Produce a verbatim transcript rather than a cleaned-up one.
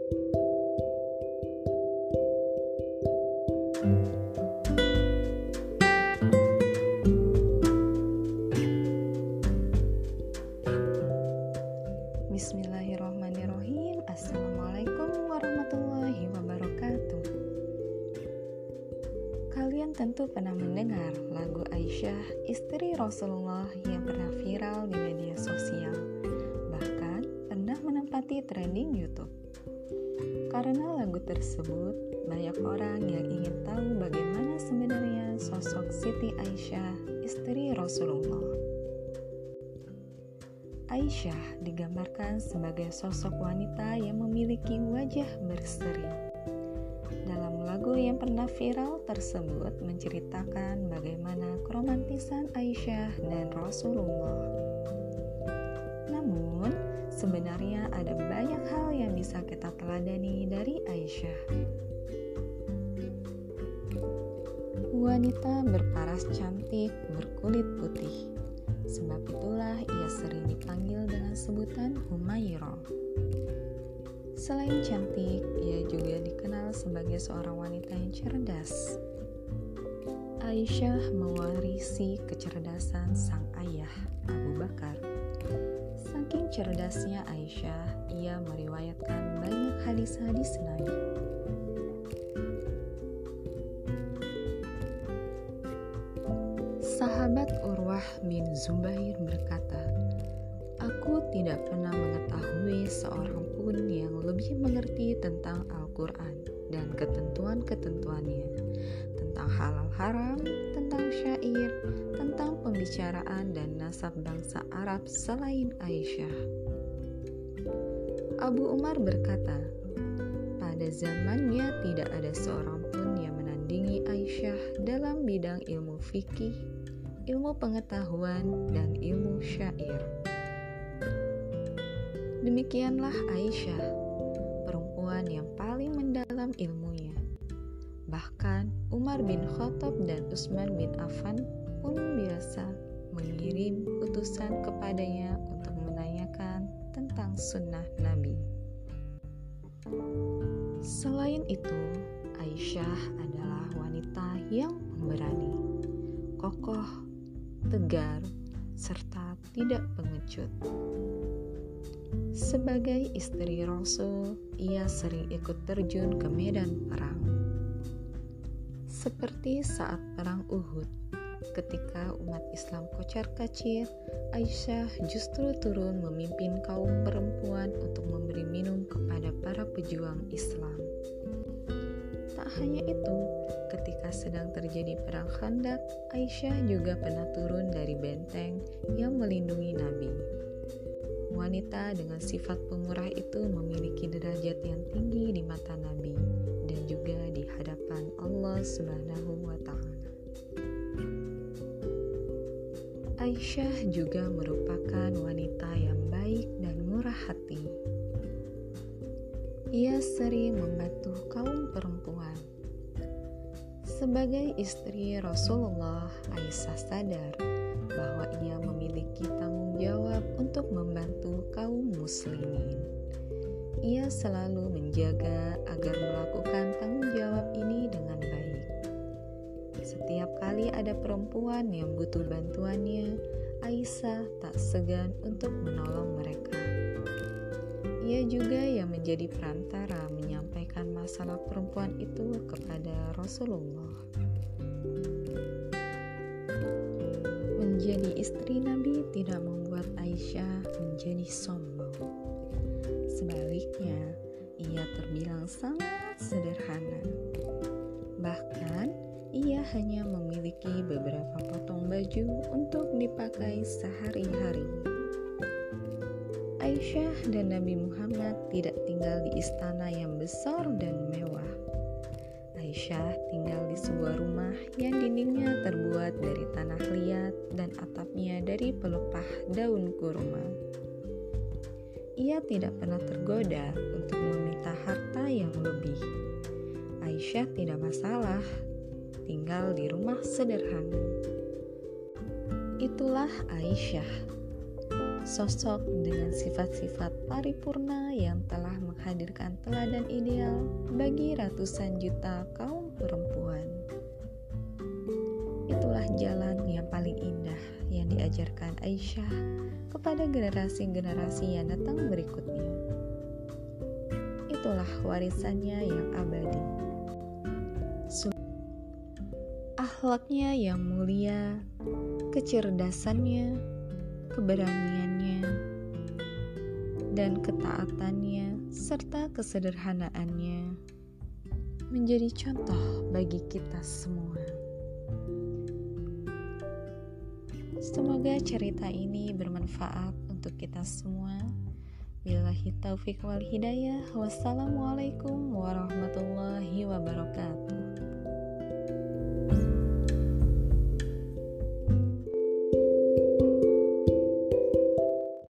Bismillahirrahmanirrahim. Assalamualaikum warahmatullahi wabarakatuh. Kalian tentu pernah mendengar lagu Aisyah, istri Rasulullah yang pernah viral di media sosial, bahkan pernah menempati trending YouTube. Karena lagu tersebut, banyak orang yang ingin tahu bagaimana sebenarnya sosok Siti Aisyah, istri Rasulullah. Aisyah digambarkan sebagai sosok wanita yang memiliki wajah berseri. Dalam lagu yang pernah viral tersebut menceritakan bagaimana keromantisan Aisyah dan Rasulullah. Namun, sebenarnya ada banyak hal yang bisa kita teladani dari Aisyah. Wanita berparas cantik, berkulit putih. Sebab itulah ia sering dipanggil dengan sebutan Humairah. Selain cantik, ia juga dikenal sebagai seorang wanita yang cerdas. Aisyah mewarisi kecerdasan sang ayah, Abu Bakar. Saking cerdasnya Aisyah, ia meriwayatkan banyak hadis-hadis Nabi. Sahabat Urwah bin Zubair berkata, "Aku tidak pernah mengetahui seorang pun yang lebih mengerti tentang Al-Quran dan ketentuan-ketentuannya, tentang halal haram, tentang syair, tentang pembicaraan dan nasab bangsa Arab selain Aisyah." Abu Umar berkata, "Pada zamannya tidak ada seorang pun yang menandingi Aisyah dalam bidang ilmu fikih, ilmu pengetahuan, dan ilmu syair." Demikianlah Aisyah, perempuan yang paling mendalam ilmunya. Bahkan Umar bin Khattab dan Utsman bin Affan pun biasa mengirim utusan kepadanya untuk menanyakan tentang sunnah Nabi. Selain itu, Aisyah adalah wanita yang pemberani, kokoh, tegar, serta tidak pengecut. Sebagai istri Rasul, ia sering ikut terjun ke medan perang. Seperti saat perang Uhud, ketika umat Islam kocar-kacir, Aisyah justru turun memimpin kaum perempuan untuk memberi minum kepada para pejuang Islam. Tak hanya itu, ketika sedang terjadi perang Khandaq, Aisyah juga pernah turun dari benteng yang melindungi Nabi. Wanita dengan sifat pemurah itu memiliki derajat yang tinggi di mata Nabi dan juga di hadapan Allah Subhanahu wa Ta'ala. Aisyah juga merupakan wanita yang baik dan murah hati. Ia sering membantu kaum perempuan. Sebagai istri Rasulullah, Aisyah sadar bahwa ia memiliki tanggung jawab untuk membantu kaum muslimin. Ia selalu menjaga agar melakukan tanggung jawab ini dengan baik. Setiap kali ada perempuan yang butuh bantuannya, Aisyah tak segan untuk menolong mereka. Ia juga yang menjadi perantara menyampaikan masalah perempuan itu kepada Rasulullah. Menjadi istri Nabi tidak membuat Aisyah menjadi sombong. Sebaliknya, ia terbilang sangat sederhana. Bahkan, ia hanya memiliki beberapa potong baju untuk dipakai sehari-hari. Aisyah dan Nabi Muhammad tidak tinggal di istana yang besar dan mewah. Aisyah tinggal di sebuah rumah yang dindingnya terbuat dari tanah liat dan atapnya dari pelepah daun kurma. Ia tidak pernah tergoda untuk meminta harta yang lebih. Aisyah tidak masalah tinggal di rumah sederhana. Itulah Aisyah. sosok dengan sifat-sifat paripurna yang telah menghadirkan teladan ideal bagi ratusan juta kaum perempuan. Itulah jalan yang paling indah yang diajarkan Aisyah kepada generasi-generasi yang datang berikutnya. Itulah warisannya yang abadi. Akhlaknya yang mulia, kecerdasannya, keberaniannya, dan ketaatannya, serta kesederhanaannya menjadi contoh bagi kita semua. Semoga cerita ini bermanfaat untuk kita semua. Billahi taufiq wal hidayah. Wassalamualaikum warahmatullahi wabarakatuh.